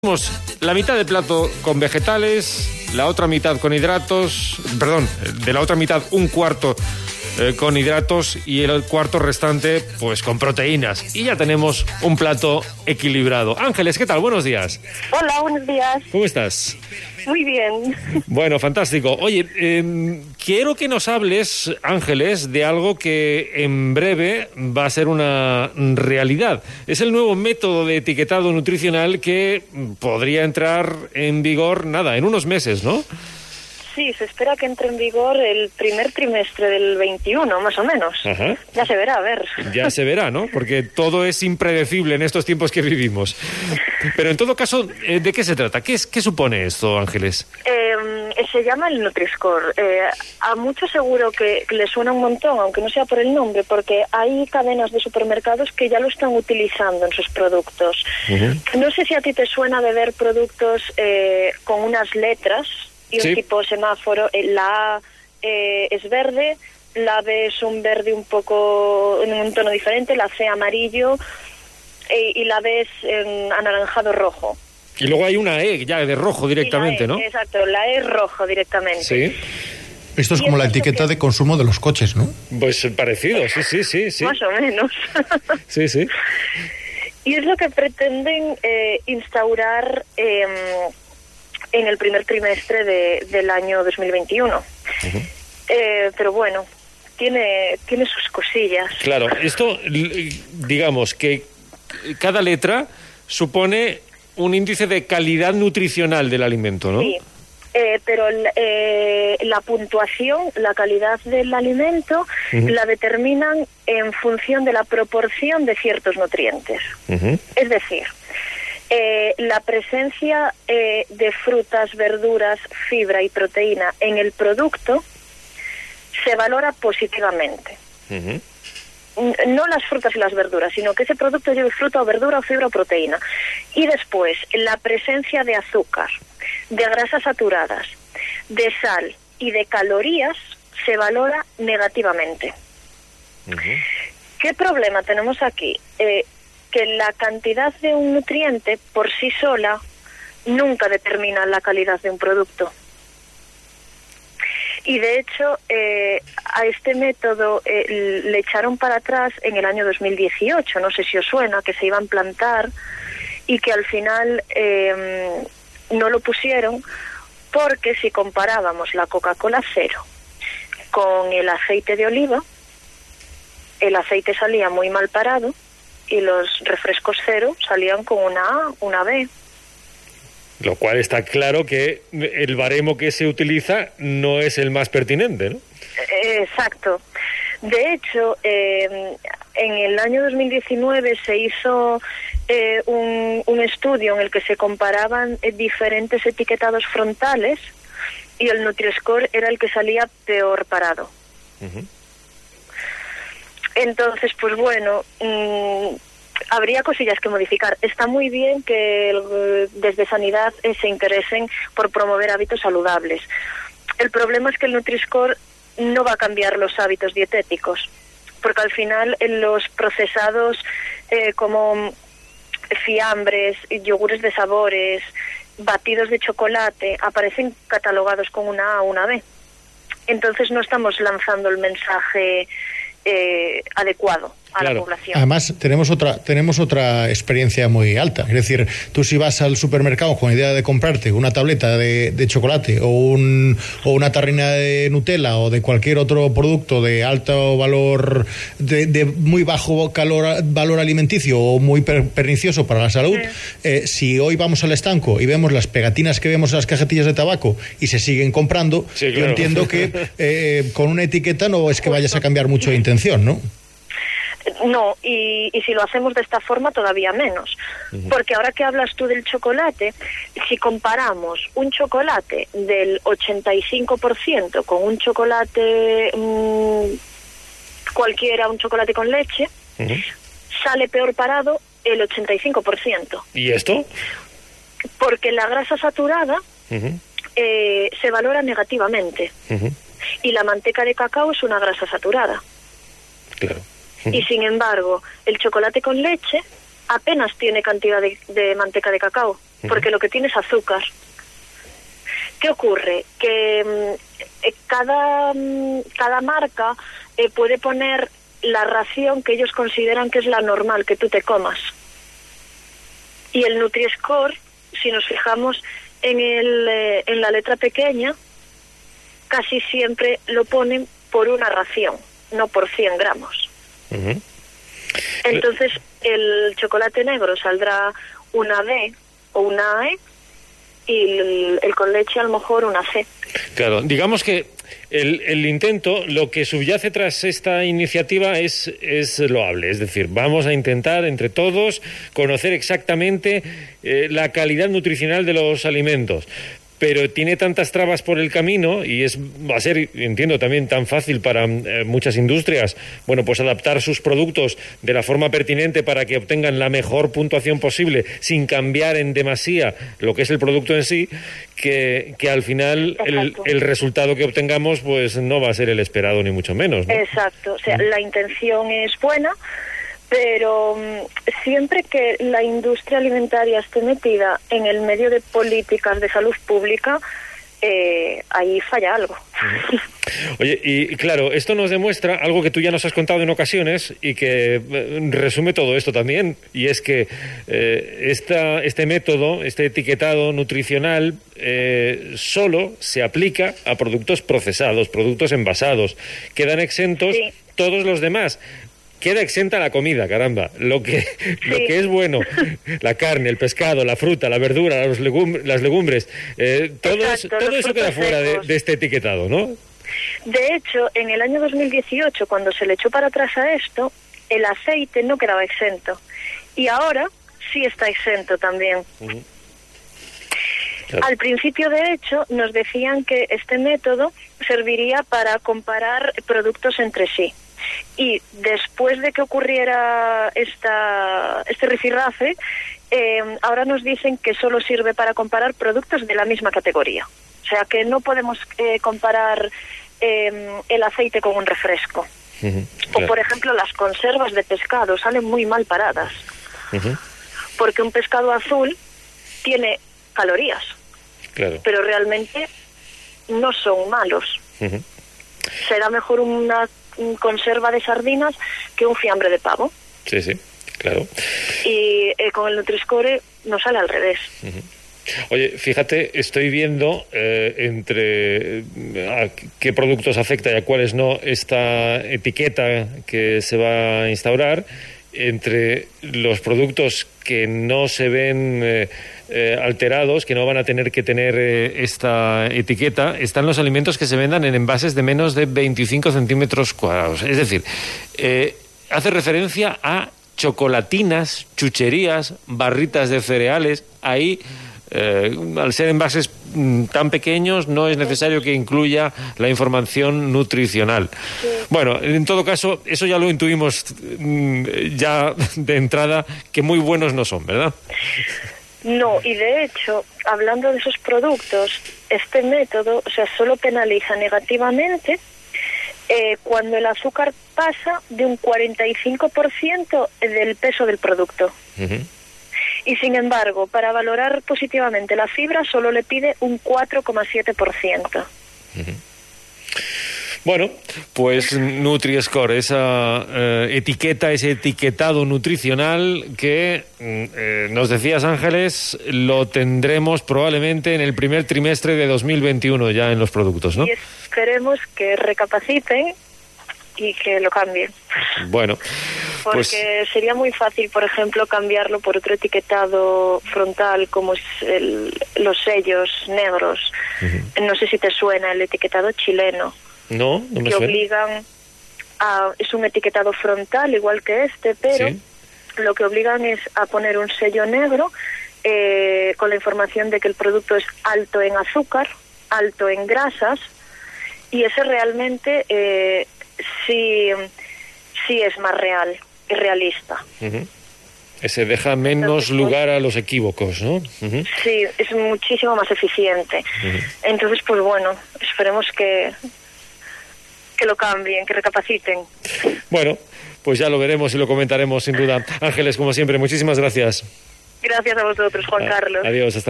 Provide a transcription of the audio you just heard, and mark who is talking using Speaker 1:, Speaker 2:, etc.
Speaker 1: Tenemos la mitad del plato con vegetales, la otra mitad con hidratos, perdón, de la otra mitad un cuarto con hidratos y el cuarto restante pues con proteínas. Y ya tenemos un plato equilibrado. Ángeles, ¿qué tal? Buenos días.
Speaker 2: Hola, buenos días.
Speaker 1: ¿Cómo estás?
Speaker 2: Muy bien.
Speaker 1: Bueno, fantástico. Oye, quiero que nos hables, Ángeles, de algo que en breve va a ser una realidad. Es el nuevo método de etiquetado nutricional que podría entrar en vigor, en unos meses, ¿no?
Speaker 2: Sí, se espera que entre en vigor el primer trimestre del 21, más o menos.
Speaker 1: Ajá.
Speaker 2: Ya se verá, a ver.
Speaker 1: Ya se verá, ¿no? Porque todo es impredecible en estos tiempos que vivimos. Pero en todo caso, ¿de qué se trata? ¿Qué supone esto, Ángeles?
Speaker 2: Se llama el Nutri-Score. A muchos seguro que le suena un montón, aunque no sea por el nombre, porque hay cadenas de supermercados que ya lo están utilizando en sus productos. Uh-huh. No sé si a ti te suena de ver productos con unas letras y un tipo semáforo. La A es verde, la B es un verde un poco en un tono diferente, la C amarillo y la B es anaranjado rojo.
Speaker 1: Y luego hay una E ya de rojo directamente, ¿no?
Speaker 2: Exacto, la E rojo directamente.
Speaker 1: Sí.
Speaker 3: Esto es como la etiqueta de consumo de los coches, ¿no?
Speaker 1: Pues parecido, sí.
Speaker 2: Más o menos.
Speaker 1: Sí.
Speaker 2: Y es lo que pretenden instaurar en el primer trimestre del año 2021. Uh-huh. Pero bueno, tiene sus cosillas.
Speaker 1: Claro, esto, digamos que cada letra supone un índice de calidad nutricional del alimento, ¿no?
Speaker 2: Sí, pero la puntuación, la calidad del alimento, uh-huh, la determinan en función de la proporción de ciertos nutrientes. Uh-huh. Es decir, la presencia de frutas, verduras, fibra y proteína en el producto se valora positivamente. Uh-huh. No las frutas y las verduras, sino que ese producto lleve fruta o verdura o fibra o proteína. Y después, la presencia de azúcar, de grasas saturadas, de sal y de calorías se valora negativamente. Uh-huh. ¿Qué problema tenemos aquí? Que la cantidad de un nutriente por sí sola nunca determina la calidad de un producto. Y de hecho, a este método le echaron para atrás en el año 2018, no sé si os suena, que se iba a implantar y que al final no lo pusieron porque si comparábamos la Coca-Cola cero con el aceite de oliva, el aceite salía muy mal parado y los refrescos cero salían con una A, una B.
Speaker 1: Lo cual está claro que el baremo que se utiliza no es el más pertinente, ¿no?
Speaker 2: Exacto. De hecho, en el año 2019 se hizo un estudio en el que se comparaban diferentes etiquetados frontales y el Nutri-Score era el que salía peor parado. Uh-huh. Entonces, pues bueno, habría cosillas que modificar. Está muy bien que desde Sanidad se interesen por promover hábitos saludables. El problema es que el Nutri-Score no va a cambiar los hábitos dietéticos, porque al final en los procesados como fiambres, yogures de sabores, batidos de chocolate, aparecen catalogados con una A o una B. Entonces no estamos lanzando el mensaje adecuado a la población.
Speaker 3: Además, tenemos otra experiencia muy alta. Es decir, tú si vas al supermercado con la idea de comprarte una tableta de chocolate o una tarrina de Nutella o de cualquier otro producto de alto valor, de muy bajo valor alimenticio o muy pernicioso para la salud, si hoy vamos al estanco y vemos las pegatinas que vemos en las cajetillas de tabaco y se siguen comprando, sí, claro. Yo entiendo que con una etiqueta no es que vayas a cambiar mucho de intención, ¿no?
Speaker 2: No, y si lo hacemos de esta forma todavía menos, porque ahora que hablas tú del chocolate, si comparamos un chocolate del 85% con un chocolate cualquiera, un chocolate con leche, sale peor parado el 85%.
Speaker 1: ¿Y esto?
Speaker 2: Porque la grasa saturada se valora negativamente y la manteca de cacao es una grasa saturada.
Speaker 1: Claro.
Speaker 2: Y sin embargo, el chocolate con leche apenas tiene cantidad de manteca de cacao. porque lo que tiene es azúcar. ¿Qué ocurre? Que cada marca puede poner la ración que ellos consideran que es la normal, que tú te comas. Y el Nutri-Score, si nos fijamos en la letra pequeña, casi siempre lo ponen por una ración, no por 100 gramos. Entonces, el chocolate negro saldrá una B o una E, y el con leche a lo mejor una C.
Speaker 1: Claro, digamos que el intento, lo que subyace tras esta iniciativa es loable. Es decir, vamos a intentar entre todos conocer exactamente la calidad nutricional de los alimentos. Pero tiene tantas trabas por el camino y va a ser, entiendo, también tan fácil para muchas industrias, bueno, pues adaptar sus productos de la forma pertinente para que obtengan la mejor puntuación posible sin cambiar en demasía lo que es el producto en sí, que al final el resultado que obtengamos pues no va a ser el esperado ni mucho menos, ¿no?
Speaker 2: Exacto, o sea, la intención es buena, pero siempre que la industria alimentaria esté metida en el medio de políticas de salud pública, ahí falla algo.
Speaker 1: Oye, y claro, esto nos demuestra algo que tú ya nos has contado en ocasiones y que resume todo esto también, y es que este método, este etiquetado nutricional, solo se aplica a productos procesados, productos envasados. Quedan exentos todos los demás. Queda exenta la comida, caramba. Lo que es bueno, la carne, el pescado, la fruta, la verdura, las legumbres, todo eso queda fuera de este etiquetado, ¿no?
Speaker 2: De hecho, en el año 2018, cuando se le echó para atrás a esto, el aceite no quedaba exento. Y ahora sí está exento también. Claro. Al principio, de hecho, nos decían que este método serviría para comparar productos entre sí. Y después de que ocurriera este rifirrafe, ahora nos dicen que solo sirve para comparar productos de la misma categoría. O sea que no podemos comparar el aceite con un refresco. Claro. O, por ejemplo, las conservas de pescado salen muy mal paradas. Porque un pescado azul tiene calorías. Claro. Pero realmente no son malos. Será mejor una conserva de sardinas que un fiambre de pavo.
Speaker 1: Sí, claro.
Speaker 2: Y con el Nutri-Score nos sale al revés.
Speaker 1: Oye, fíjate, estoy viendo entre a qué productos afecta y a cuáles no esta etiqueta que se va a instaurar. Entre los productos que no se ven alterados, que no van a tener que tener esta etiqueta, están los alimentos que se vendan en envases de menos de 25 centímetros cuadrados. Es decir, hace referencia a chocolatinas, chucherías, barritas de cereales. Ahí, al ser envases tan pequeños, no es necesario que incluya la información nutricional. Sí. Bueno, en todo caso, eso ya lo intuimos ya de entrada, que muy buenos no son, ¿verdad?
Speaker 2: No, y de hecho, hablando de esos productos, este método, o sea, solo penaliza negativamente cuando el azúcar pasa de un 45% del peso del producto. Y sin embargo, para valorar positivamente la fibra, solo le pide un 4,7%.
Speaker 1: Bueno, pues Nutri-Score, esa etiqueta, ese etiquetado nutricional que, nos decías, Ángeles, lo tendremos probablemente en el primer trimestre de 2021 ya en los productos, ¿no?
Speaker 2: Y esperemos que recapaciten y que lo cambien.
Speaker 1: Bueno,
Speaker 2: porque sería muy fácil, por ejemplo, cambiarlo por otro etiquetado frontal, como es los sellos negros. No sé si te suena el etiquetado chileno.
Speaker 1: No me
Speaker 2: que
Speaker 1: suena.
Speaker 2: Obligan es un etiquetado frontal igual que este, pero lo que obligan es a poner un sello negro con la información de que el producto es alto en azúcar, alto en grasas, y ese realmente sí es más real y realista.
Speaker 1: Ese deja menos lugar a los equívocos, ¿no?
Speaker 2: Sí, es muchísimo más eficiente. Entonces, pues bueno, esperemos que lo cambien, que recapaciten.
Speaker 1: Bueno, pues ya lo veremos y lo comentaremos sin duda. Ángeles, como siempre, muchísimas gracias.
Speaker 2: Gracias a vosotros, Juan Carlos.
Speaker 1: Adiós, hasta